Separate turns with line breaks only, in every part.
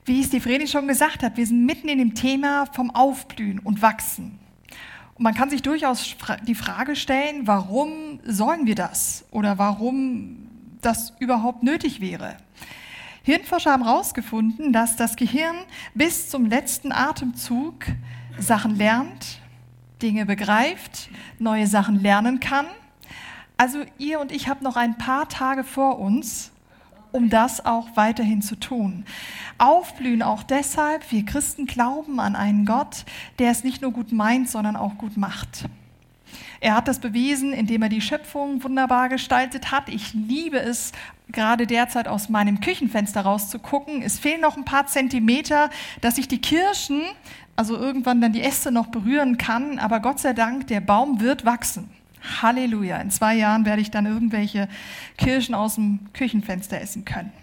Wie es die Vreni schon gesagt hat, wir sind mitten in dem Thema vom Aufblühen und Wachsen. Und man kann sich durchaus die Frage stellen, warum sollen wir das? Oder warum das überhaupt nötig wäre? Hirnforscher haben herausgefunden, dass das Gehirn bis zum letzten Atemzug Sachen lernt, Dinge begreift, neue Sachen lernen kann. Also ihr und ich habt noch ein paar Tage vor uns, um das auch weiterhin zu tun. Aufblühen auch deshalb, wir Christen glauben an einen Gott, der es nicht nur gut meint, sondern auch gut macht. Er hat das bewiesen, indem er die Schöpfung wunderbar gestaltet hat. Ich liebe es, gerade derzeit aus meinem Küchenfenster rauszugucken. Es fehlen noch ein paar Zentimeter, dass ich die Kirschen, also irgendwann dann die Äste noch berühren kann. Aber Gott sei Dank, der Baum wird wachsen. Halleluja. In 2 Jahren werde ich dann irgendwelche Kirschen aus dem Küchenfenster essen können.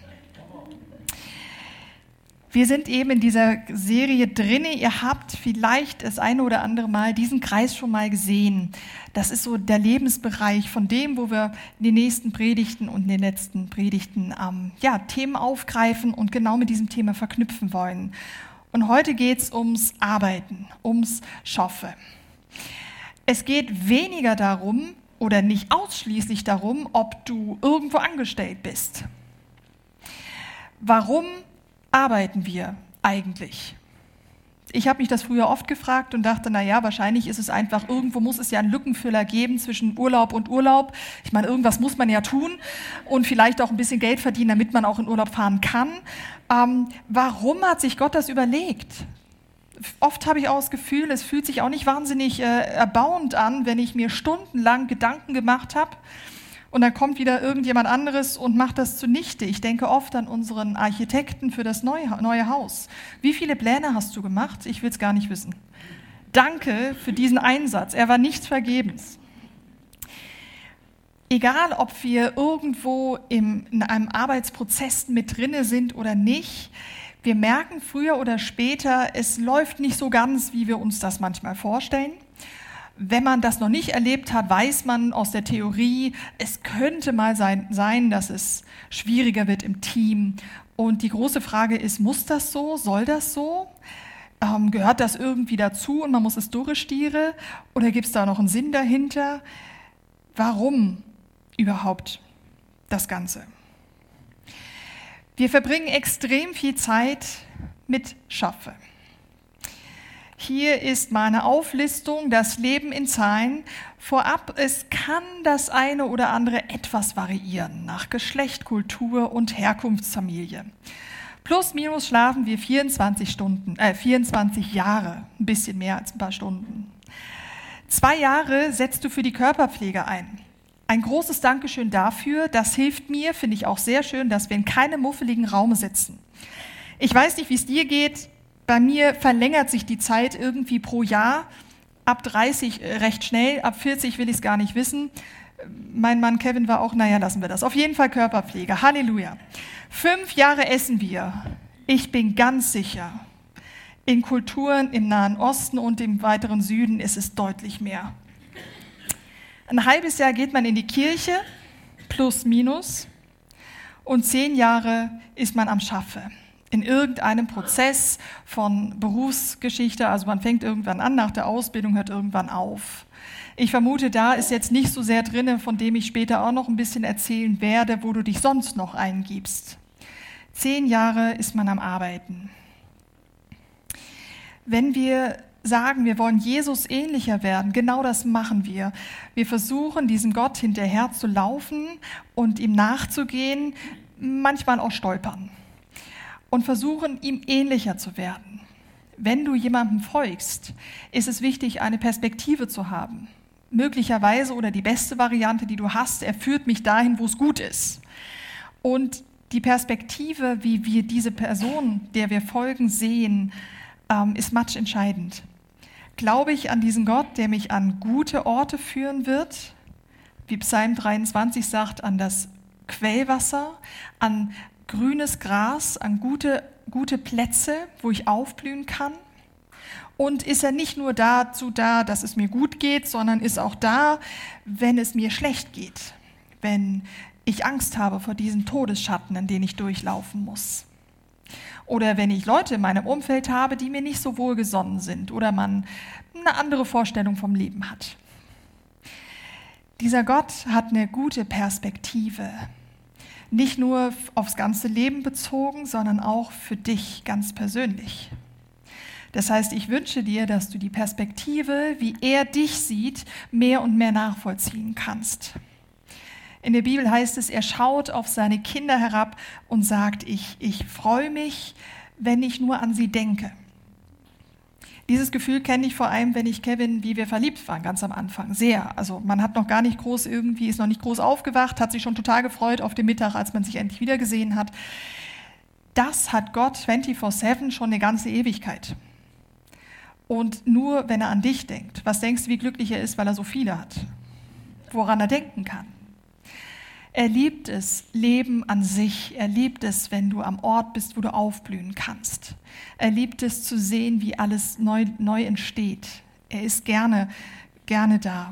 Wir sind eben in dieser Serie drinne. Ihr habt vielleicht das eine oder andere Mal diesen Kreis schon mal gesehen. Das ist so der Lebensbereich von dem, wo wir in den nächsten Predigten und in den letzten Predigten Themen aufgreifen und genau mit diesem Thema verknüpfen wollen. Und heute geht es ums Arbeiten, ums Schaffe. Es geht weniger darum oder nicht ausschließlich darum, ob du irgendwo angestellt bist. Warum arbeiten wir eigentlich? Ich habe mich das früher oft gefragt und dachte, wahrscheinlich ist es einfach, irgendwo muss es ja einen Lückenfüller geben zwischen Urlaub und Urlaub. Ich meine, irgendwas muss man ja tun und vielleicht auch ein bisschen Geld verdienen, damit man auch in Urlaub fahren kann. Warum hat sich Gott das überlegt? Oft habe ich auch das Gefühl, es fühlt sich auch nicht wahnsinnig erbauend an, wenn ich mir stundenlang Gedanken gemacht habe und dann kommt wieder irgendjemand anderes und macht das zunichte. Ich denke oft an unseren Architekten für das neue Haus. Wie viele Pläne hast du gemacht? Ich will es gar nicht wissen. Danke für diesen Einsatz. Er war nichts vergebens. Egal, ob wir irgendwo in einem Arbeitsprozess mit drinne sind oder nicht, wir merken früher oder später, es läuft nicht so ganz, wie wir uns das manchmal vorstellen. Wenn man das noch nicht erlebt hat, weiß man aus der Theorie, es könnte mal sein, dass es schwieriger wird im Team. Und die große Frage ist, muss das so? Soll das so? Gehört das irgendwie dazu und man muss es durchstieren? Oder gibt es da noch einen Sinn dahinter? Warum überhaupt das Ganze? Wir verbringen extrem viel Zeit mit Schaffe. Hier ist meine Auflistung, das Leben in Zahlen. Vorab, es kann das eine oder andere etwas variieren, nach Geschlecht, Kultur und Herkunftsfamilie. Plus, minus schlafen wir 24 Jahre, ein bisschen mehr als ein paar Stunden. 2 Jahre setzt du für die Körperpflege ein. Ein großes Dankeschön dafür. Das hilft mir, finde ich auch sehr schön, dass wir in keinem muffeligen Raum sitzen. Ich weiß nicht, wie es dir geht. Bei mir verlängert sich die Zeit irgendwie pro Jahr. Ab 30 recht schnell, ab 40 will ich es gar nicht wissen. Mein Mann Kevin war auch, lassen wir das. Auf jeden Fall Körperpflege. Halleluja. 5 Jahre essen wir. Ich bin ganz sicher, in Kulturen im Nahen Osten und im weiteren Süden ist es deutlich mehr. Ein halbes Jahr geht man in die Kirche, plus minus, und 10 Jahre ist man am Schaffe. In irgendeinem Prozess von Berufsgeschichte, also man fängt irgendwann an, nach der Ausbildung hört irgendwann auf. Ich vermute, da ist jetzt nicht so sehr drin, von dem ich später auch noch ein bisschen erzählen werde, wo du dich sonst noch eingibst. 10 Jahre ist man am Arbeiten. Wenn wir sagen, wir wollen Jesus ähnlicher werden, genau das machen wir. Wir versuchen, diesem Gott hinterher zu laufen und ihm nachzugehen, manchmal auch stolpern und versuchen, ihm ähnlicher zu werden. Wenn du jemandem folgst, ist es wichtig, eine Perspektive zu haben. Möglicherweise oder die beste Variante, die du hast, er führt mich dahin, wo es gut ist. Und die Perspektive, wie wir diese Person, der wir folgen, sehen, ist matchentscheidend. Glaube ich an diesen Gott, der mich an gute Orte führen wird, wie Psalm 23 sagt, an das Quellwasser, an grünes Gras, an gute Plätze, wo ich aufblühen kann? Und ist er nicht nur dazu da, dass es mir gut geht, sondern ist auch da, wenn es mir schlecht geht, wenn ich Angst habe vor diesen Todesschatten, in denen ich durchlaufen muss? Oder wenn ich Leute in meinem Umfeld habe, die mir nicht so wohlgesonnen sind oder man eine andere Vorstellung vom Leben hat. Dieser Gott hat eine gute Perspektive. Nicht nur aufs ganze Leben bezogen, sondern auch für dich ganz persönlich. Das heißt, ich wünsche dir, dass du die Perspektive, wie er dich sieht, mehr und mehr nachvollziehen kannst. In der Bibel heißt es, er schaut auf seine Kinder herab und sagt, ich freue mich, wenn ich nur an sie denke. Dieses Gefühl kenne ich vor allem, wenn ich Kevin, wie wir verliebt waren, ganz am Anfang, sehr. Also man hat noch gar nicht groß ist noch nicht groß aufgewacht, hat sich schon total gefreut auf den Mittag, als man sich endlich wiedergesehen hat. Das hat Gott 24/7 schon eine ganze Ewigkeit. Und nur wenn er an dich denkt, was denkst du, wie glücklich er ist, weil er so viele hat? Woran er denken kann. Er liebt es, Leben an sich. Er liebt es, wenn du am Ort bist, wo du aufblühen kannst. Er liebt es zu sehen, wie alles neu entsteht. Er ist gerne da.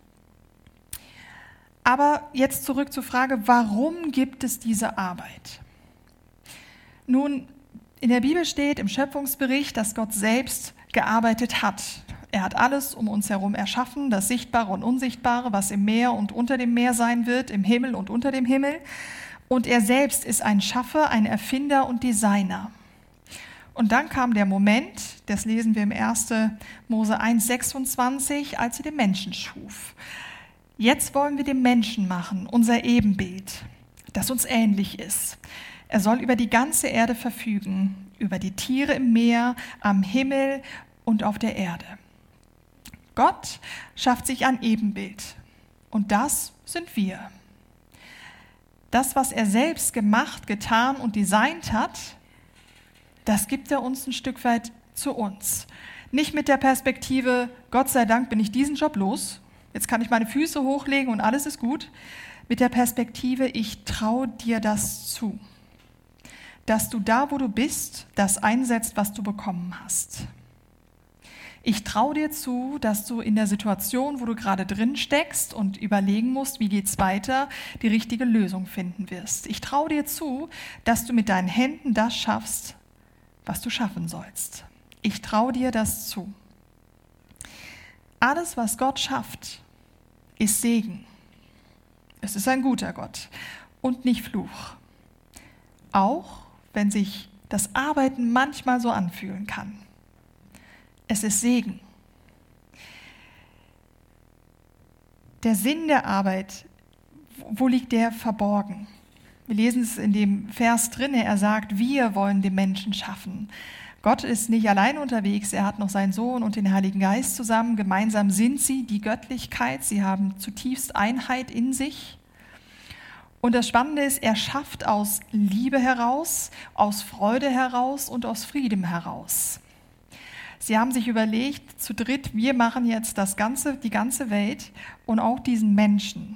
Aber jetzt zurück zur Frage, warum gibt es diese Arbeit? Nun, in der Bibel steht im Schöpfungsbericht, dass Gott selbst gearbeitet hat. Er hat alles um uns herum erschaffen, das Sichtbare und Unsichtbare, was im Meer und unter dem Meer sein wird, im Himmel und unter dem Himmel. Und er selbst ist ein Schaffer, ein Erfinder und Designer. Und dann kam der Moment, das lesen wir im 1. Mose 1,26, als er den Menschen schuf. Jetzt wollen wir den Menschen machen, unser Ebenbild, das uns ähnlich ist. Er soll über die ganze Erde verfügen, über die Tiere im Meer, am Himmel und auf der Erde. Gott schafft sich ein Ebenbild und das sind wir. Das, was er selbst gemacht, getan und designt hat, das gibt er uns ein Stück weit zu uns. Nicht mit der Perspektive, Gott sei Dank bin ich diesen Job los, jetzt kann ich meine Füße hochlegen und alles ist gut. Mit der Perspektive, ich traue dir das zu. Dass du da, wo du bist, das einsetzt, was du bekommen hast. Ich traue dir zu, dass du in der Situation, wo du gerade drin steckst und überlegen musst, wie geht's weiter, die richtige Lösung finden wirst. Ich traue dir zu, dass du mit deinen Händen das schaffst, was du schaffen sollst. Ich traue dir das zu. Alles, was Gott schafft, ist Segen. Es ist ein guter Gott und nicht Fluch. Auch wenn sich das Arbeiten manchmal so anfühlen kann. Es ist Segen. Der Sinn der Arbeit, wo liegt der verborgen? Wir lesen es in dem Vers drin, er sagt, wir wollen den Menschen schaffen. Gott ist nicht allein unterwegs, er hat noch seinen Sohn und den Heiligen Geist zusammen. Gemeinsam sind sie die Göttlichkeit, sie haben zutiefst Einheit in sich. Und das Spannende ist, er schafft aus Liebe heraus, aus Freude heraus und aus Frieden heraus. Sie haben sich überlegt, zu dritt, wir machen jetzt die ganze Welt und auch diesen Menschen.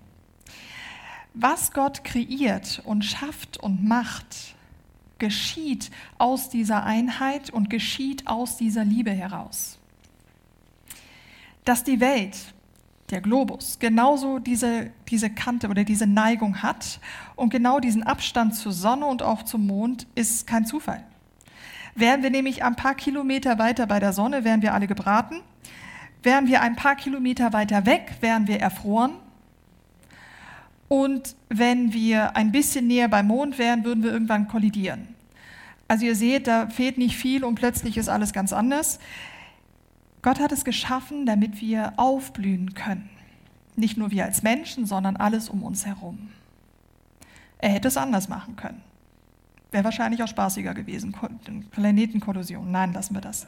Was Gott kreiert und schafft und macht, geschieht aus dieser Einheit und geschieht aus dieser Liebe heraus. Dass die Welt, der Globus, genauso diese Kante oder diese Neigung hat und genau diesen Abstand zur Sonne und auch zum Mond, ist kein Zufall. Wären wir nämlich ein paar Kilometer weiter bei der Sonne, wären wir alle gebraten. Wären wir ein paar Kilometer weiter weg, wären wir erfroren. Und wenn wir ein bisschen näher beim Mond wären, würden wir irgendwann kollidieren. Also ihr seht, da fehlt nicht viel und plötzlich ist alles ganz anders. Gott hat es geschaffen, damit wir aufblühen können. Nicht nur wir als Menschen, sondern alles um uns herum. Er hätte es anders machen können. Wäre wahrscheinlich auch spaßiger gewesen, Planetenkollision. Nein, lassen wir das.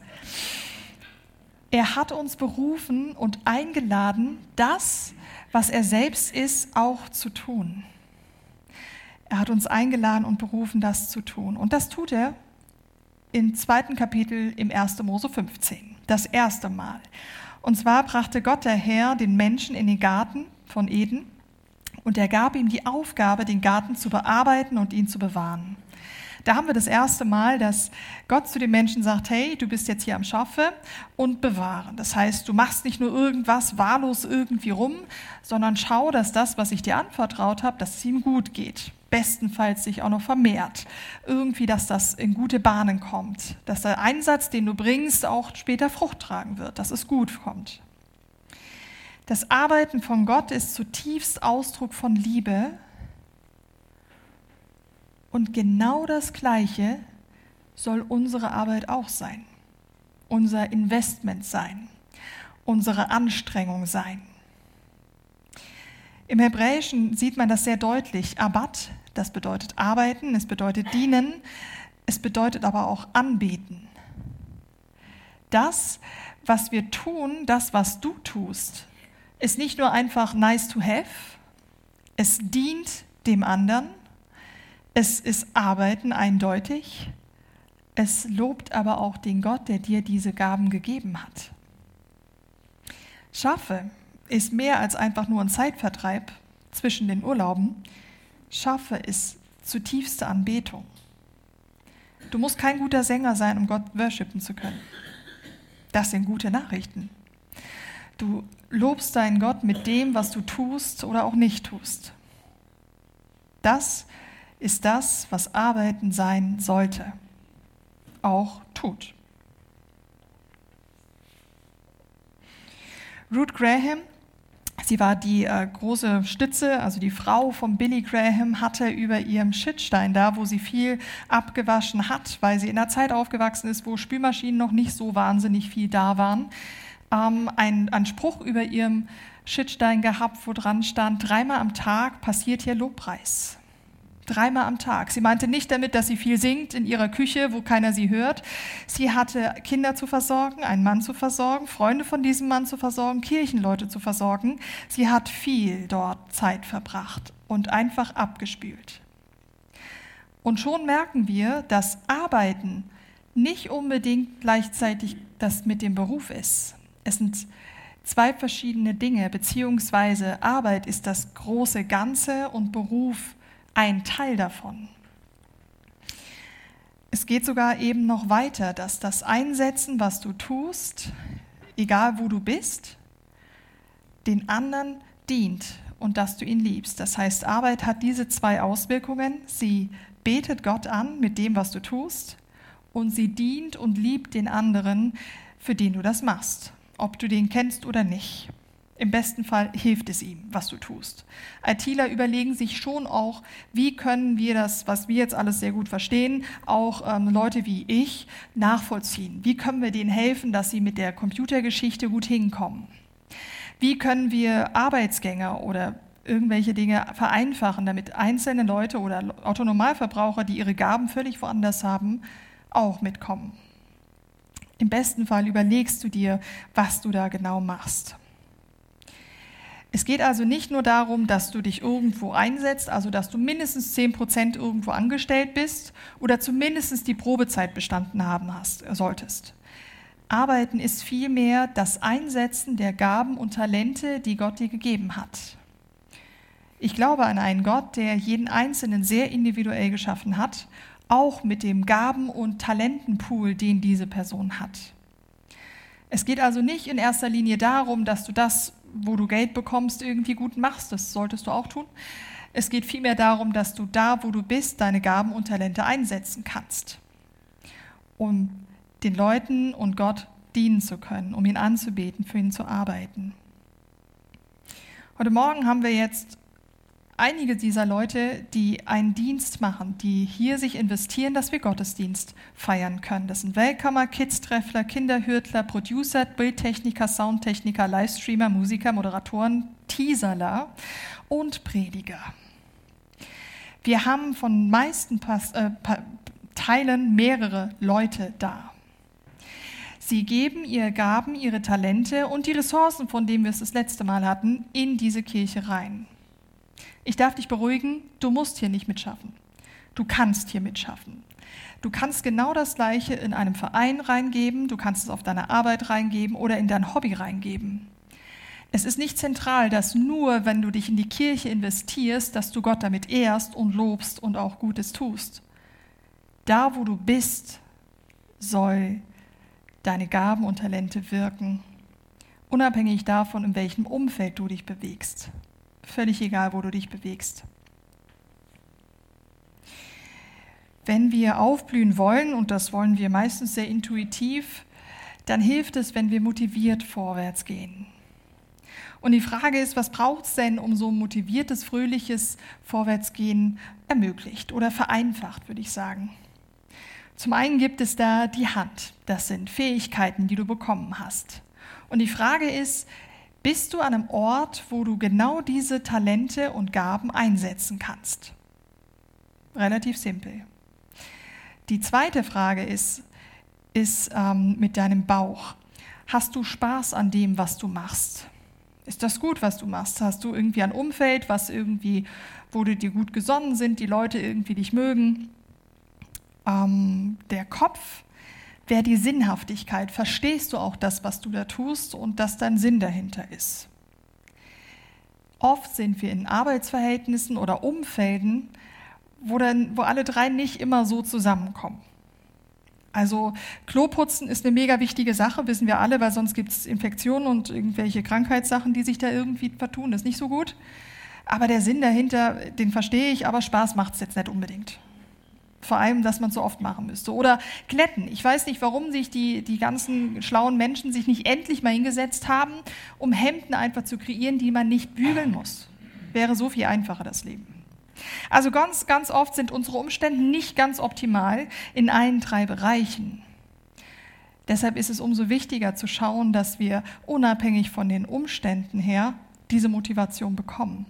Er hat uns berufen und eingeladen, das, was er selbst ist, auch zu tun. Er hat uns eingeladen und berufen, das zu tun. Und das tut er im 2. Kapitel im 1. Mose 15. Das erste Mal. Und zwar brachte Gott der Herr den Menschen in den Garten von Eden und er gab ihm die Aufgabe, den Garten zu bearbeiten und ihn zu bewahren. Da haben wir das erste Mal, dass Gott zu den Menschen sagt, hey, du bist jetzt hier am Schaffe und bewahren. Das heißt, du machst nicht nur irgendwas wahllos irgendwie rum, sondern schau, dass das, was ich dir anvertraut habe, dass es ihm gut geht. Bestenfalls sich auch noch vermehrt. Irgendwie, dass das in gute Bahnen kommt. Dass der Einsatz, den du bringst, auch später Frucht tragen wird, dass es gut kommt. Das Arbeiten von Gott ist zutiefst Ausdruck von Liebe. Und genau das Gleiche soll unsere Arbeit auch sein. Unser Investment sein. Unsere Anstrengung sein. Im Hebräischen sieht man das sehr deutlich. Abat, das bedeutet arbeiten, es bedeutet dienen, es bedeutet aber auch anbeten. Das, was wir tun, das, was du tust, ist nicht nur einfach nice to have, es dient dem anderen, es ist Arbeiten eindeutig, es lobt aber auch den Gott, der dir diese Gaben gegeben hat. Schaffe ist mehr als einfach nur ein Zeitvertreib zwischen den Urlauben. Schaffe ist zutiefste Anbetung. Du musst kein guter Sänger sein, um Gott worshipen zu können. Das sind gute Nachrichten. Du lobst deinen Gott mit dem, was du tust oder auch nicht tust. Das ist das, was Arbeiten sein sollte, auch tut. Ruth Graham, sie war die große Stütze, also die Frau von Billy Graham, hatte über ihrem Schützstein da, wo sie viel abgewaschen hat, weil sie in einer Zeit aufgewachsen ist, wo Spülmaschinen noch nicht so wahnsinnig viel da waren, einen Spruch über ihrem Schützstein gehabt, wo dran stand, 3-mal am Tag passiert hier Lobpreis. 3-mal am Tag. Sie meinte nicht damit, dass sie viel singt in ihrer Küche, wo keiner sie hört. Sie hatte Kinder zu versorgen, einen Mann zu versorgen, Freunde von diesem Mann zu versorgen, Kirchenleute zu versorgen. Sie hat viel dort Zeit verbracht und einfach abgespült. Und schon merken wir, dass Arbeiten nicht unbedingt gleichzeitig das mit dem Beruf ist. Es sind 2 verschiedene Dinge, beziehungsweise Arbeit ist das große Ganze und Beruf ein Teil davon. Es geht sogar eben noch weiter, dass das Einsetzen, was du tust, egal wo du bist, den anderen dient und dass du ihn liebst. Das heißt, Arbeit hat diese 2 Auswirkungen. Sie betet Gott an mit dem, was du tust, und sie dient und liebt den anderen, für den du das machst, ob du den kennst oder nicht. Im besten Fall hilft es ihm, was du tust. ITler überlegen sich schon auch, wie können wir das, was wir jetzt alles sehr gut verstehen, auch Leute wie ich nachvollziehen. Wie können wir denen helfen, dass sie mit der Computergeschichte gut hinkommen? Wie können wir Arbeitsgänge oder irgendwelche Dinge vereinfachen, damit einzelne Leute oder Autonormalverbraucher, die ihre Gaben völlig woanders haben, auch mitkommen? Im besten Fall überlegst du dir, was du da genau machst. Es geht also nicht nur darum, dass du dich irgendwo einsetzt, also dass du mindestens 10% irgendwo angestellt bist oder zumindest die Probezeit bestanden haben solltest. Arbeiten ist vielmehr das Einsetzen der Gaben und Talente, die Gott dir gegeben hat. Ich glaube an einen Gott, der jeden Einzelnen sehr individuell geschaffen hat, auch mit dem Gaben- und Talentenpool, den diese Person hat. Es geht also nicht in erster Linie darum, dass du das, wo du Geld bekommst, irgendwie gut machst. Das solltest du auch tun. Es geht vielmehr darum, dass du da, wo du bist, deine Gaben und Talente einsetzen kannst, um den Leuten und Gott dienen zu können, um ihn anzubeten, für ihn zu arbeiten. Heute Morgen haben wir jetzt einige dieser Leute, die einen Dienst machen, die hier sich investieren, dass wir Gottesdienst feiern können. Das sind Welcomer, Kids-Treffler, Kinderhürtler, Producer, Bildtechniker, Soundtechniker, Livestreamer, Musiker, Moderatoren, Teaserler und Prediger. Wir haben von meisten Teilen mehrere Leute da. Sie geben ihre Gaben, ihre Talente und die Ressourcen, von denen wir es das letzte Mal hatten, in diese Kirche rein. Ich darf dich beruhigen, du musst hier nicht mitschaffen. Du kannst hier mitschaffen. Du kannst genau das Gleiche in einem Verein reingeben, du kannst es auf deine Arbeit reingeben oder in dein Hobby reingeben. Es ist nicht zentral, dass nur, wenn du dich in die Kirche investierst, dass du Gott damit ehrst und lobst und auch Gutes tust. Da, wo du bist, soll deine Gaben und Talente wirken, unabhängig davon, in welchem Umfeld du dich bewegst. Völlig egal, wo du dich bewegst. Wenn wir aufblühen wollen, und das wollen wir meistens sehr intuitiv, dann hilft es, wenn wir motiviert vorwärts gehen. Und die Frage ist, was braucht es denn, um so ein motiviertes, fröhliches Vorwärtsgehen ermöglicht oder vereinfacht, würde ich sagen. Zum einen gibt es da die Hand. Das sind Fähigkeiten, die du bekommen hast. Und die Frage ist, bist du an einem Ort, wo du genau diese Talente und Gaben einsetzen kannst? Relativ simpel. Die zweite Frage ist mit deinem Bauch. Hast du Spaß an dem, was du machst? Ist das gut, was du machst? Hast du irgendwie ein Umfeld, wo du dir gut gesonnen sind, die Leute irgendwie dich mögen? Der Kopf wäre die Sinnhaftigkeit. Verstehst du auch das, was du da tust und dass dein Sinn dahinter ist? Oft sind wir in Arbeitsverhältnissen oder Umfelden, wo alle drei nicht immer so zusammenkommen. Also Kloputzen ist eine mega wichtige Sache, wissen wir alle, weil sonst gibt es Infektionen und irgendwelche Krankheitssachen, die sich da irgendwie vertun. Das ist nicht so gut. Aber der Sinn dahinter, den verstehe ich, aber Spaß macht es jetzt nicht unbedingt. Vor allem, dass man es so oft machen müsste. Oder Glätten. Ich weiß nicht, warum sich die ganzen schlauen Menschen sich nicht endlich mal hingesetzt haben, um Hemden einfach zu kreieren, die man nicht bügeln muss. Wäre so viel einfacher, das Leben. Also ganz, ganz oft sind unsere Umstände nicht ganz optimal in allen drei Bereichen. Deshalb ist es umso wichtiger zu schauen, dass wir unabhängig von den Umständen her diese Motivation bekommen.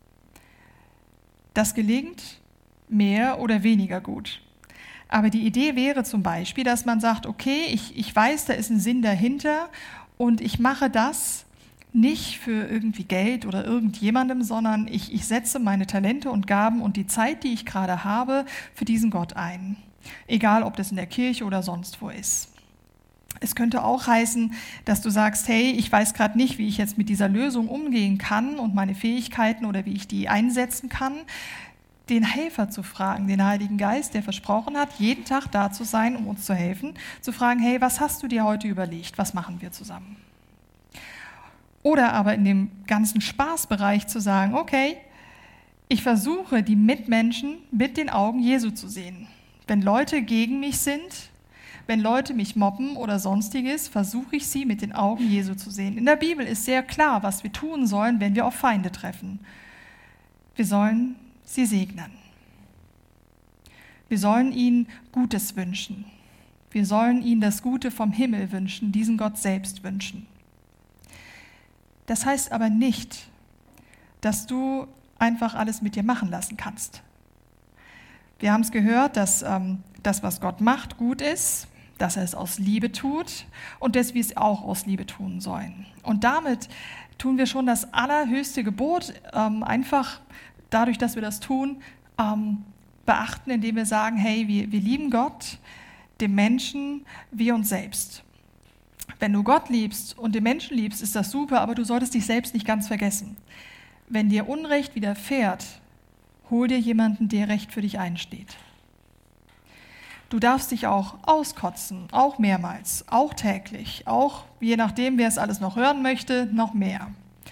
Das gelingt mehr oder weniger gut. Aber die Idee wäre zum Beispiel, dass man sagt, okay, ich weiß, da ist ein Sinn dahinter und ich mache das nicht für irgendwie Geld oder irgendjemandem, sondern ich setze meine Talente und Gaben und die Zeit, die ich gerade habe, für diesen Gott ein. Egal, ob das in der Kirche oder sonst wo ist. Es könnte auch heißen, dass du sagst, hey, ich weiß gerade nicht, wie ich jetzt mit dieser Lösung umgehen kann und meine Fähigkeiten oder wie ich die einsetzen kann, den Helfer zu fragen, den Heiligen Geist, der versprochen hat, jeden Tag da zu sein, um uns zu helfen, zu fragen, hey, was hast du dir heute überlegt, was machen wir zusammen? Oder aber in dem ganzen Spaßbereich zu sagen, okay, ich versuche, die Mitmenschen mit den Augen Jesu zu sehen. Wenn Leute gegen mich sind, wenn Leute mich mobben oder sonstiges, versuche ich sie mit den Augen Jesu zu sehen. In der Bibel ist sehr klar, was wir tun sollen, wenn wir auf Feinde treffen. Wir sollen sie segnen. Wir sollen ihnen Gutes wünschen. Wir sollen ihnen das Gute vom Himmel wünschen, diesen Gott selbst wünschen. Das heißt aber nicht, dass du einfach alles mit dir machen lassen kannst. Wir haben es gehört, dass das, was Gott macht, gut ist, dass er es aus Liebe tut und dass wir es auch aus Liebe tun sollen. Und damit tun wir schon das allerhöchste Gebot, einfach dadurch, dass wir das tun, beachten, indem wir sagen, hey, wir lieben Gott, den Menschen wie uns selbst. Wenn du Gott liebst und den Menschen liebst, ist das super, aber du solltest dich selbst nicht ganz vergessen. Wenn dir Unrecht widerfährt, hol dir jemanden, der Recht für dich einsteht. Du darfst dich auch auskotzen, auch mehrmals, auch täglich, auch je nachdem, wer es alles noch hören möchte, noch mehr.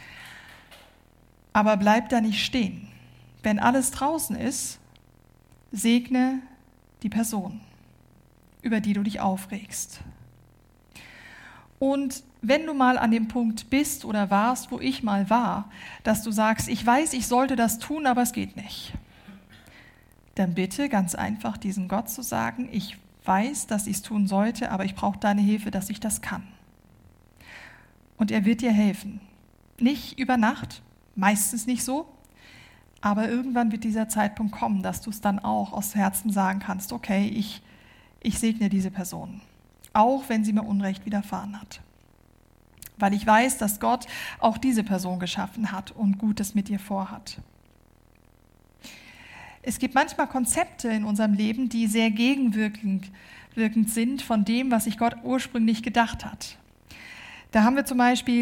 Aber bleib da nicht stehen. Wenn alles draußen ist, segne die Person, über die du dich aufregst. Und wenn du mal an dem Punkt bist oder warst, wo ich mal war, dass du sagst, ich weiß, ich sollte das tun, aber es geht nicht, dann bitte ganz einfach diesem Gott zu sagen, ich weiß, dass ich es tun sollte, aber ich brauche deine Hilfe, dass ich das kann. Und er wird dir helfen. Nicht über Nacht, meistens nicht so, aber irgendwann wird dieser Zeitpunkt kommen, dass du es dann auch aus Herzen sagen kannst, okay, ich segne diese Person. Auch wenn sie mir Unrecht widerfahren hat. Weil ich weiß, dass Gott auch diese Person geschaffen hat und Gutes mit ihr vorhat. Es gibt manchmal Konzepte in unserem Leben, die sehr gegenwirkend sind von dem, was sich Gott ursprünglich gedacht hat. Da haben wir zum Beispiel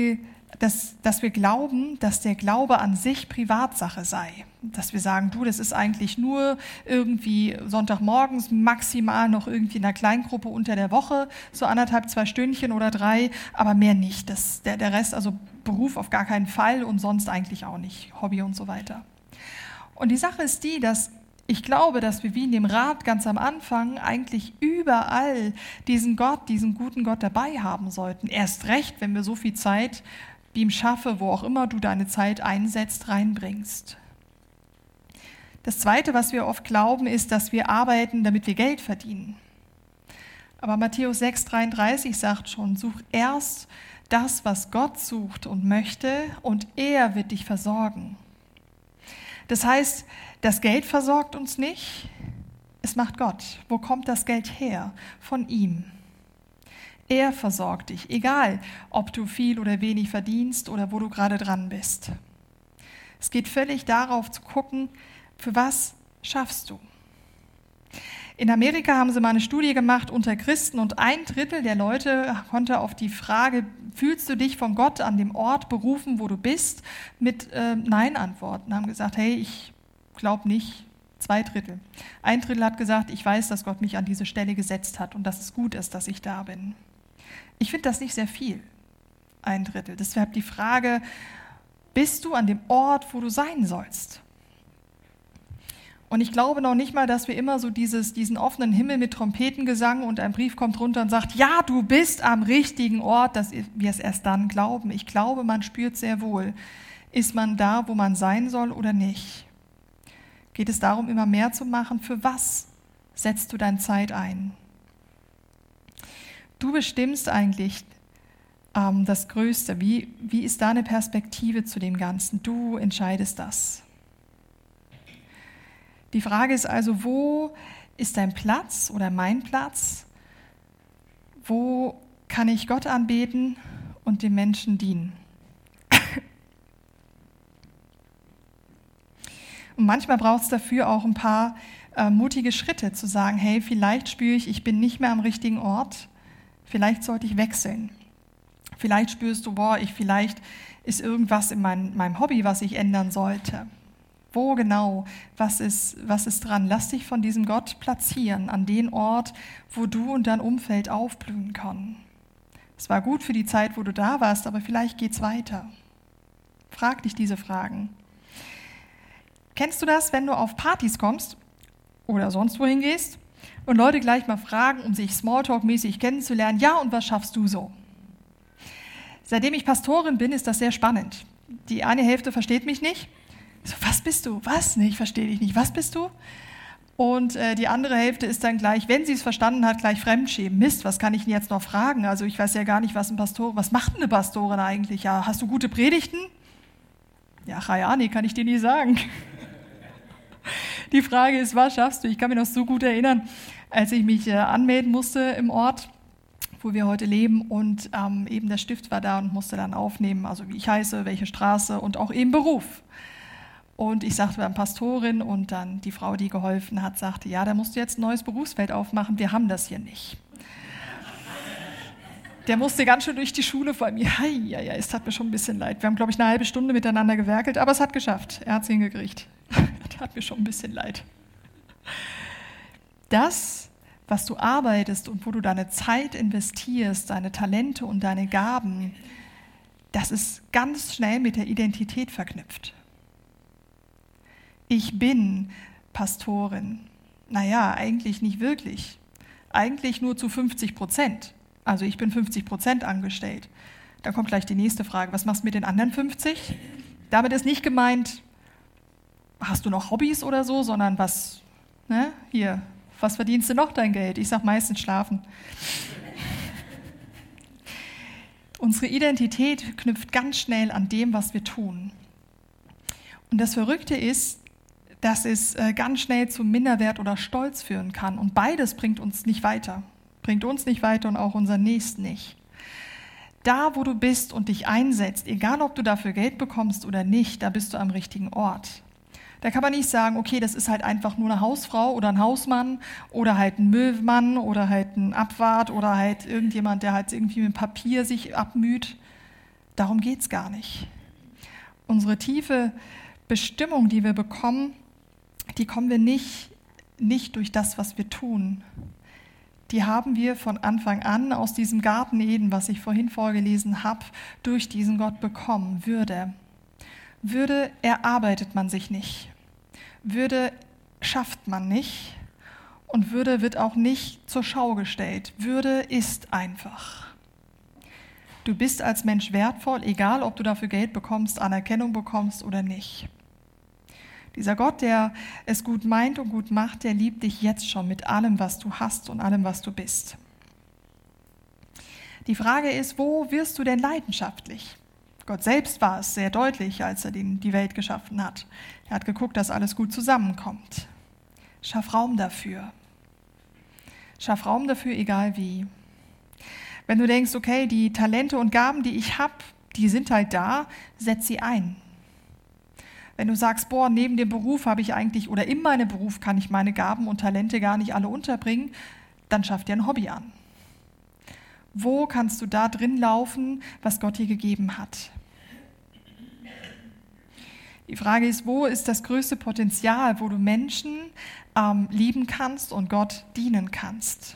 dass wir glauben, dass der Glaube an sich Privatsache sei. Dass wir sagen, das ist eigentlich nur irgendwie Sonntagmorgens, maximal noch irgendwie in einer Kleingruppe unter der Woche, so 1,5, 2 Stündchen oder 3, aber mehr nicht. Der Rest, also Beruf auf gar keinen Fall und sonst eigentlich auch nicht, Hobby und so weiter. Und die Sache ist die, dass ich glaube, dass wir wie in dem Rat ganz am Anfang eigentlich überall diesen guten Gott dabei haben sollten. Erst recht, wenn wir so viel Zeit wie im Schaffe, wo auch immer du deine Zeit einsetzt, reinbringst. Das Zweite, was wir oft glauben, ist, dass wir arbeiten, damit wir Geld verdienen. Aber Matthäus 6,33 sagt schon, such erst das, was Gott sucht und möchte, und er wird dich versorgen. Das heißt, das Geld versorgt uns nicht, es macht Gott. Wo kommt das Geld her? Von ihm. Er versorgt dich, egal ob du viel oder wenig verdienst oder wo du gerade dran bist. Es geht völlig darauf zu gucken, für was schaffst du. In Amerika haben sie mal eine Studie gemacht unter Christen und 1/3 der Leute konnte auf die Frage, fühlst du dich von Gott an dem Ort berufen, wo du bist, mit Nein antworten. Haben gesagt, hey, ich glaube nicht. 2/3. 1/3 hat gesagt, ich weiß, dass Gott mich an diese Stelle gesetzt hat und dass es gut ist, dass ich da bin. Ich finde das nicht sehr viel. 1/3. Deshalb die Frage, bist du an dem Ort, wo du sein sollst? Und ich glaube noch nicht mal, dass wir immer so diesen offenen Himmel mit Trompetengesang und ein Brief kommt runter und sagt, ja, du bist am richtigen Ort, dass wir es erst dann glauben. Ich glaube, man spürt sehr wohl, ist man da, wo man sein soll oder nicht? Geht es darum, immer mehr zu machen? Für was setzt du deine Zeit ein? Du bestimmst eigentlich das Größte. Wie ist deine Perspektive zu dem Ganzen? Du entscheidest das. Die Frage ist also, wo ist dein Platz oder mein Platz? Wo kann ich Gott anbeten und den Menschen dienen? Und manchmal braucht es dafür auch ein paar mutige Schritte, zu sagen, hey, vielleicht spüre ich bin nicht mehr am richtigen Ort, vielleicht sollte ich wechseln. Vielleicht spürst du, vielleicht ist irgendwas in meinem Hobby, was ich ändern sollte. Wo genau? Was ist dran? Lass dich von diesem Gott platzieren an den Ort, wo du und dein Umfeld aufblühen können. Es war gut für die Zeit, wo du da warst, aber vielleicht geht's weiter. Frag dich diese Fragen. Kennst du das, wenn du auf Partys kommst oder sonst wohin gehst und Leute gleich mal fragen, um sich Smalltalk-mäßig kennenzulernen, ja, und was schaffst du so? Seitdem ich Pastorin bin, ist das sehr spannend. Die eine Hälfte versteht mich nicht. So, was bist du? Was? Nee, ich verstehe dich nicht. Was bist du? Und die andere Hälfte ist dann gleich, wenn sie es verstanden hat, gleich Fremdschämen. Mist, was kann ich denn jetzt noch fragen? Also ich weiß ja gar nicht, was macht eine Pastorin eigentlich? Ja, hast du gute Predigten? Ja, nee, kann ich dir nie sagen. Die Frage ist, was schaffst du? Ich kann mich noch so gut erinnern, als ich mich anmelden musste im Ort, wo wir heute leben, und eben der Stift war da und musste dann aufnehmen, also wie ich heiße, welche Straße und auch eben Beruf. Und ich sagte beim Pastorin, und dann die Frau, die geholfen hat, sagte, ja, da musst du jetzt ein neues Berufsfeld aufmachen, wir haben das hier nicht. Der musste ganz schön durch die Schule vor mir. Ja, es tat mir schon ein bisschen leid. Wir haben, glaube ich, eine halbe Stunde miteinander gewerkelt, aber es hat geschafft. Er hat es hingekriegt. Tat mir schon ein bisschen leid. Das, was du arbeitest und wo du deine Zeit investierst, deine Talente und deine Gaben, das ist ganz schnell mit der Identität verknüpft. Ich bin Pastorin. Naja, eigentlich nicht wirklich. Eigentlich nur zu 50%. Also ich bin 50% angestellt. Da kommt gleich die nächste Frage. Was machst du mit den anderen 50? Damit ist nicht gemeint, hast du noch Hobbys oder so, sondern was verdienst du noch dein Geld? Ich sage meistens schlafen. Unsere Identität knüpft ganz schnell an dem, was wir tun. Und das Verrückte ist, dass es ganz schnell zu Minderwert oder Stolz führen kann. Und beides bringt uns nicht weiter. Bringt uns nicht weiter und auch unseren Nächsten nicht. Da, wo du bist und dich einsetzt, egal ob du dafür Geld bekommst oder nicht, da bist du am richtigen Ort. Da kann man nicht sagen, okay, das ist halt einfach nur eine Hausfrau oder ein Hausmann oder halt ein Müllmann oder halt ein Abwart oder halt irgendjemand, der halt irgendwie mit Papier sich abmüht. Darum geht es gar nicht. Unsere tiefe Bestimmung, die wir bekommen, die kommen wir nicht durch das, was wir tun. Die haben wir von Anfang an aus diesem Garten Eden, was ich vorhin vorgelesen habe, durch diesen Gott bekommen. Würde erarbeitet man sich nicht. Würde schafft man nicht. Und Würde wird auch nicht zur Schau gestellt. Würde ist einfach. Du bist als Mensch wertvoll, egal ob du dafür Geld bekommst, Anerkennung bekommst oder nicht. Dieser Gott, der es gut meint und gut macht, der liebt dich jetzt schon mit allem, was du hast und allem, was du bist. Die Frage ist, wo wirst du denn leidenschaftlich? Gott selbst war es sehr deutlich, als er die Welt geschaffen hat. Er hat geguckt, dass alles gut zusammenkommt. Schaff Raum dafür. Schaff Raum dafür, egal wie. Wenn du denkst, okay, die Talente und Gaben, die ich habe, die sind halt da, setz sie ein. Wenn du sagst, neben dem Beruf habe ich eigentlich, oder in meinem Beruf kann ich meine Gaben und Talente gar nicht alle unterbringen, dann schaff dir ein Hobby an. Wo kannst du da drin laufen, was Gott dir gegeben hat? Die Frage ist, wo ist das größte Potenzial, wo du Menschen lieben kannst und Gott dienen kannst?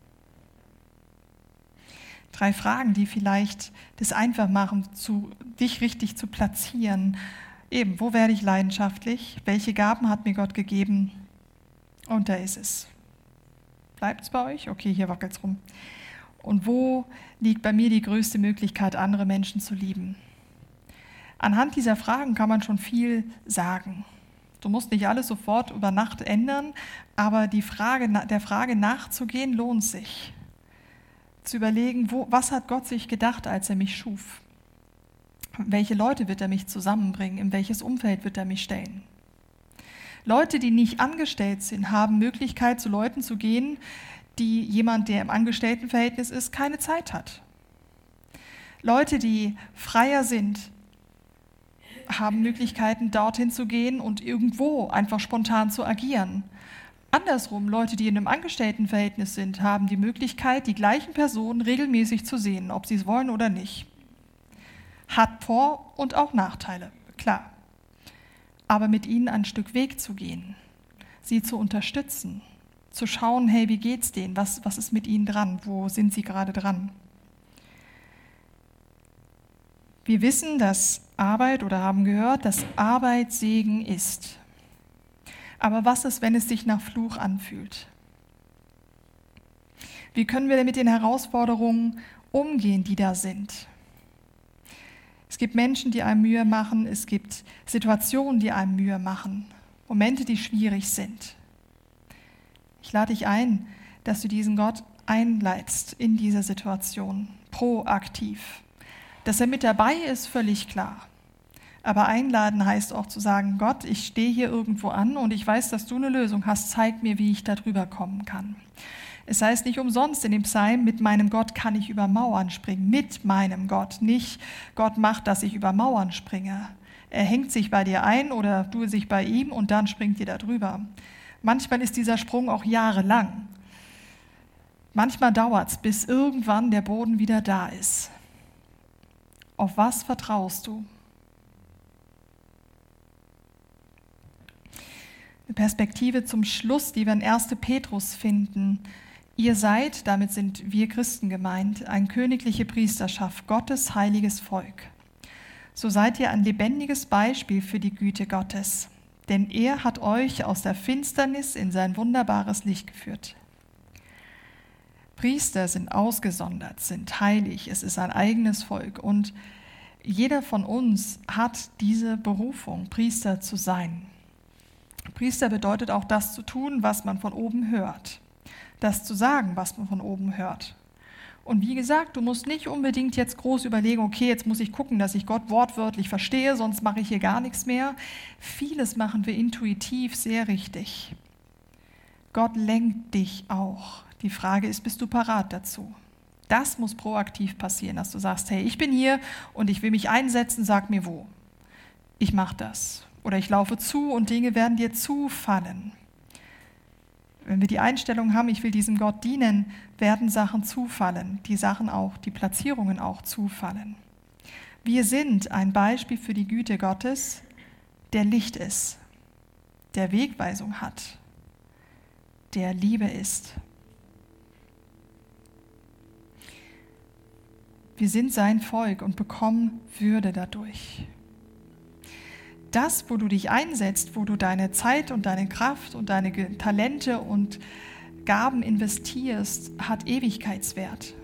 3 Fragen, die vielleicht das einfach machen, dich richtig zu platzieren. Eben, wo werde ich leidenschaftlich? Welche Gaben hat mir Gott gegeben? Und da ist es. Bleibt es bei euch? Okay, hier wackelt es rum. Und wo liegt bei mir die größte Möglichkeit, andere Menschen zu lieben? Anhand dieser Fragen kann man schon viel sagen. Du musst nicht alles sofort über Nacht ändern, aber der Frage nachzugehen, lohnt sich. Zu überlegen, was hat Gott sich gedacht, als er mich schuf? Welche Leute wird er mich zusammenbringen? In welches Umfeld wird er mich stellen? Leute, die nicht angestellt sind, haben Möglichkeit, zu Leuten zu gehen, die jemand, der im Angestelltenverhältnis ist, keine Zeit hat. Leute, die freier sind, haben Möglichkeiten, dorthin zu gehen und irgendwo einfach spontan zu agieren. Andersrum, Leute, die in einem Angestelltenverhältnis sind, haben die Möglichkeit, die gleichen Personen regelmäßig zu sehen, ob sie es wollen oder nicht. Hat Vor- und auch Nachteile, klar. Aber mit ihnen ein Stück Weg zu gehen, sie zu unterstützen, zu schauen, hey, wie geht's denen? Was ist mit ihnen dran? Wo sind sie gerade dran? Wir wissen, dass Arbeit oder haben gehört, dass Arbeit Segen ist. Aber was ist, wenn es sich nach Fluch anfühlt? Wie können wir denn mit den Herausforderungen umgehen, die da sind? Es gibt Menschen, die einem Mühe machen, es gibt Situationen, die einem Mühe machen, Momente, die schwierig sind. Ich lade dich ein, dass du diesen Gott einleitest in dieser Situation, proaktiv. Dass er mit dabei ist, völlig klar. Aber einladen heißt auch zu sagen, Gott, ich stehe hier irgendwo an und ich weiß, dass du eine Lösung hast, zeig mir, wie ich da drüber kommen kann. Es heißt nicht umsonst in dem Psalm, mit meinem Gott kann ich über Mauern springen. Mit meinem Gott, nicht Gott macht, dass ich über Mauern springe. Er hängt sich bei dir ein oder du sich bei ihm und dann springt ihr da drüber. Manchmal ist dieser Sprung auch jahrelang. Manchmal dauert es, bis irgendwann der Boden wieder da ist. Auf was vertraust du? Eine Perspektive zum Schluss, die wir in 1. Petrus finden. Ihr seid, damit sind wir Christen gemeint, eine königliche Priesterschaft, Gottes heiliges Volk. So seid ihr ein lebendiges Beispiel für die Güte Gottes, denn er hat euch aus der Finsternis in sein wunderbares Licht geführt. Priester sind ausgesondert, sind heilig, es ist ein eigenes Volk und jeder von uns hat diese Berufung, Priester zu sein. Priester bedeutet auch das zu tun, was man von oben hört. Das zu sagen, was man von oben hört. Und wie gesagt, du musst nicht unbedingt jetzt groß überlegen, okay, jetzt muss ich gucken, dass ich Gott wortwörtlich verstehe, sonst mache ich hier gar nichts mehr. Vieles machen wir intuitiv sehr richtig. Gott lenkt dich auch. Die Frage ist, bist du parat dazu? Das muss proaktiv passieren, dass du sagst, hey, ich bin hier und ich will mich einsetzen, sag mir wo. Ich mache das. Oder ich laufe zu und Dinge werden dir zufallen. Wenn wir die Einstellung haben, ich will diesem Gott dienen, werden Sachen zufallen. Die Sachen auch, die Platzierungen auch zufallen. Wir sind ein Beispiel für die Güte Gottes, der Licht ist, der Wegweisung hat, der Liebe ist. Wir sind sein Volk und bekommen Würde dadurch. Das, wo du dich einsetzt, wo du deine Zeit und deine Kraft und deine Talente und Gaben investierst, hat Ewigkeitswert.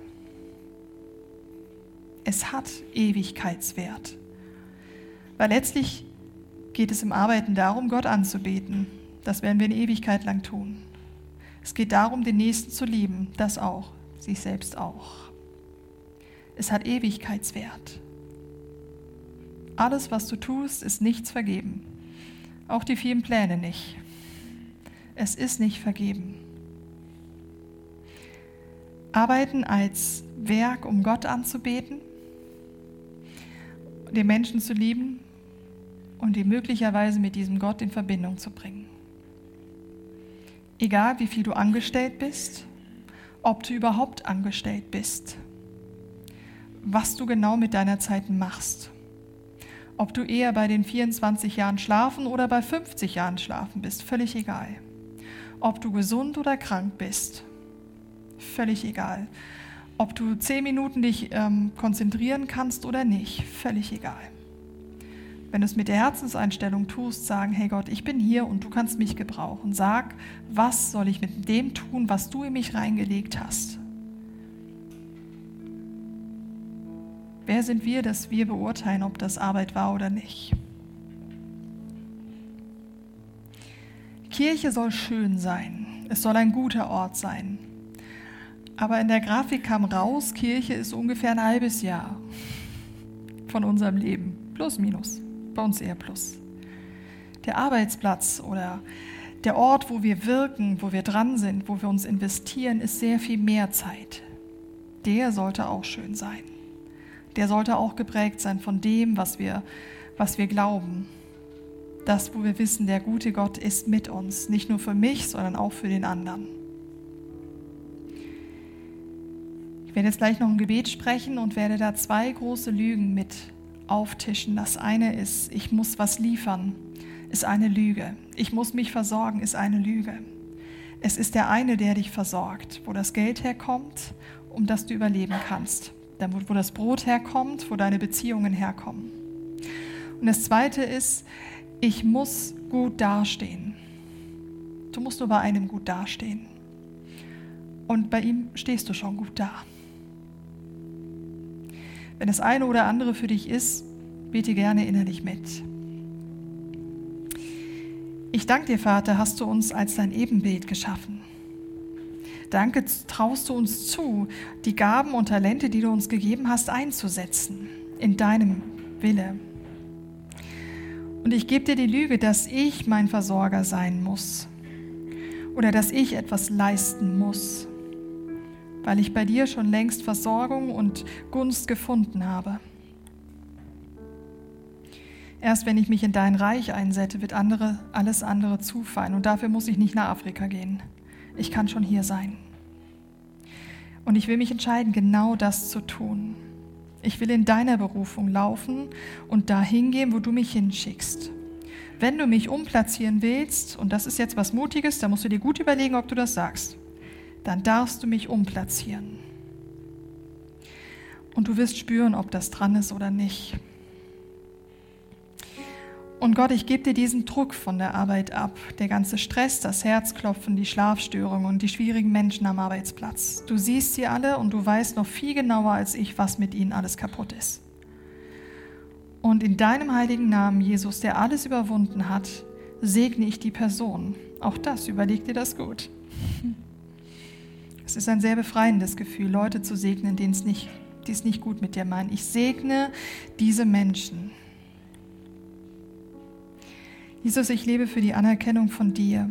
Es hat Ewigkeitswert. Weil letztlich geht es im Arbeiten darum, Gott anzubeten. Das werden wir eine Ewigkeit lang tun. Es geht darum, den Nächsten zu lieben, das auch, sich selbst auch. Es hat Ewigkeitswert. Alles, was du tust, ist nichts vergeben. Auch die vielen Pläne nicht. Es ist nicht vergeben. Arbeiten als Werk, um Gott anzubeten, den Menschen zu lieben und ihn möglicherweise mit diesem Gott in Verbindung zu bringen. Egal, wie viel du angestellt bist, ob du überhaupt angestellt bist, was du genau mit deiner Zeit machst. Ob du eher bei den 24 Jahren schlafen oder bei 50 Jahren schlafen bist, völlig egal. Ob du gesund oder krank bist, völlig egal. Ob du 10 Minuten dich konzentrieren kannst oder nicht, völlig egal. Wenn du es mit der Herzenseinstellung tust, sagen, hey Gott, ich bin hier und du kannst mich gebrauchen. Sag, was soll ich mit dem tun, was du in mich reingelegt hast? Wer sind wir, dass wir beurteilen, ob das Arbeit war oder nicht? Kirche soll schön sein. Es soll ein guter Ort sein. Aber in der Grafik kam raus, Kirche ist ungefähr ein halbes Jahr von unserem Leben. Plus, minus. Bei uns eher plus. Der Arbeitsplatz oder der Ort, wo wir wirken, wo wir dran sind, wo wir uns investieren, ist sehr viel mehr Zeit. Der sollte auch schön sein. Der sollte auch geprägt sein von dem, was wir glauben. Das, wo wir wissen, der gute Gott ist mit uns. Nicht nur für mich, sondern auch für den anderen. Ich werde jetzt gleich noch ein Gebet sprechen und werde da 2 große Lügen mit auftischen. Das eine ist, ich muss was liefern, ist eine Lüge. Ich muss mich versorgen, ist eine Lüge. Es ist der eine, der dich versorgt, wo das Geld herkommt, um dass du überleben kannst. Wo das Brot herkommt, wo deine Beziehungen herkommen. Und das Zweite ist, ich muss gut dastehen. Du musst nur bei einem gut dastehen. Und bei ihm stehst du schon gut da. Wenn das eine oder andere für dich ist, bete gerne innerlich mit. Ich danke dir, Vater, hast du uns als dein Ebenbild geschaffen. Danke, traust du uns zu, die Gaben und Talente, die du uns gegeben hast, einzusetzen in deinem Wille. Und ich gebe dir die Lüge, dass ich mein Versorger sein muss oder dass ich etwas leisten muss, weil ich bei dir schon längst Versorgung und Gunst gefunden habe. Erst wenn ich mich in dein Reich einsetze, wird alles andere zufallen und dafür muss ich nicht nach Afrika gehen. Ich kann schon hier sein. Und ich will mich entscheiden, genau das zu tun. Ich will in deiner Berufung laufen und dahin gehen, wo du mich hinschickst. Wenn du mich umplatzieren willst, und das ist jetzt was Mutiges, da musst du dir gut überlegen, ob du das sagst, dann darfst du mich umplatzieren. Und du wirst spüren, ob das dran ist oder nicht. Und Gott, ich gebe dir diesen Druck von der Arbeit ab, der ganze Stress, das Herzklopfen, die Schlafstörungen und die schwierigen Menschen am Arbeitsplatz. Du siehst sie alle und du weißt noch viel genauer als ich, was mit ihnen alles kaputt ist. Und in deinem heiligen Namen, Jesus, der alles überwunden hat, segne ich die Person. Auch das, überleg dir das gut. Es ist ein sehr befreiendes Gefühl, Leute zu segnen, die es nicht gut mit dir meinen. Ich segne diese Menschen. Jesus, ich lebe für die Anerkennung von dir.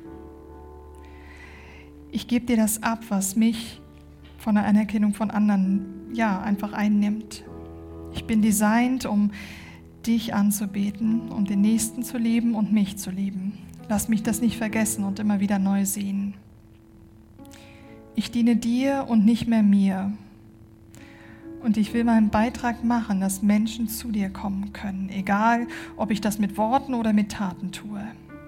Ich gebe dir das ab, was mich von der Anerkennung von anderen einfach einnimmt. Ich bin designt, um dich anzubeten, um den Nächsten zu lieben und mich zu lieben. Lass mich das nicht vergessen und immer wieder neu sehen. Ich diene dir und nicht mehr mir. Und ich will meinen Beitrag machen, dass Menschen zu dir kommen können, egal ob ich das mit Worten oder mit Taten tue.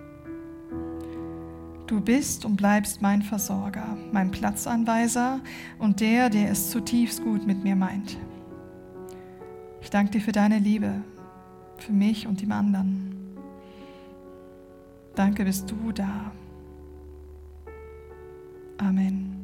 Du bist und bleibst mein Versorger, mein Platzanweiser und der es zutiefst gut mit mir meint. Ich danke dir für deine Liebe, für mich und die anderen. Danke, bist du da. Amen.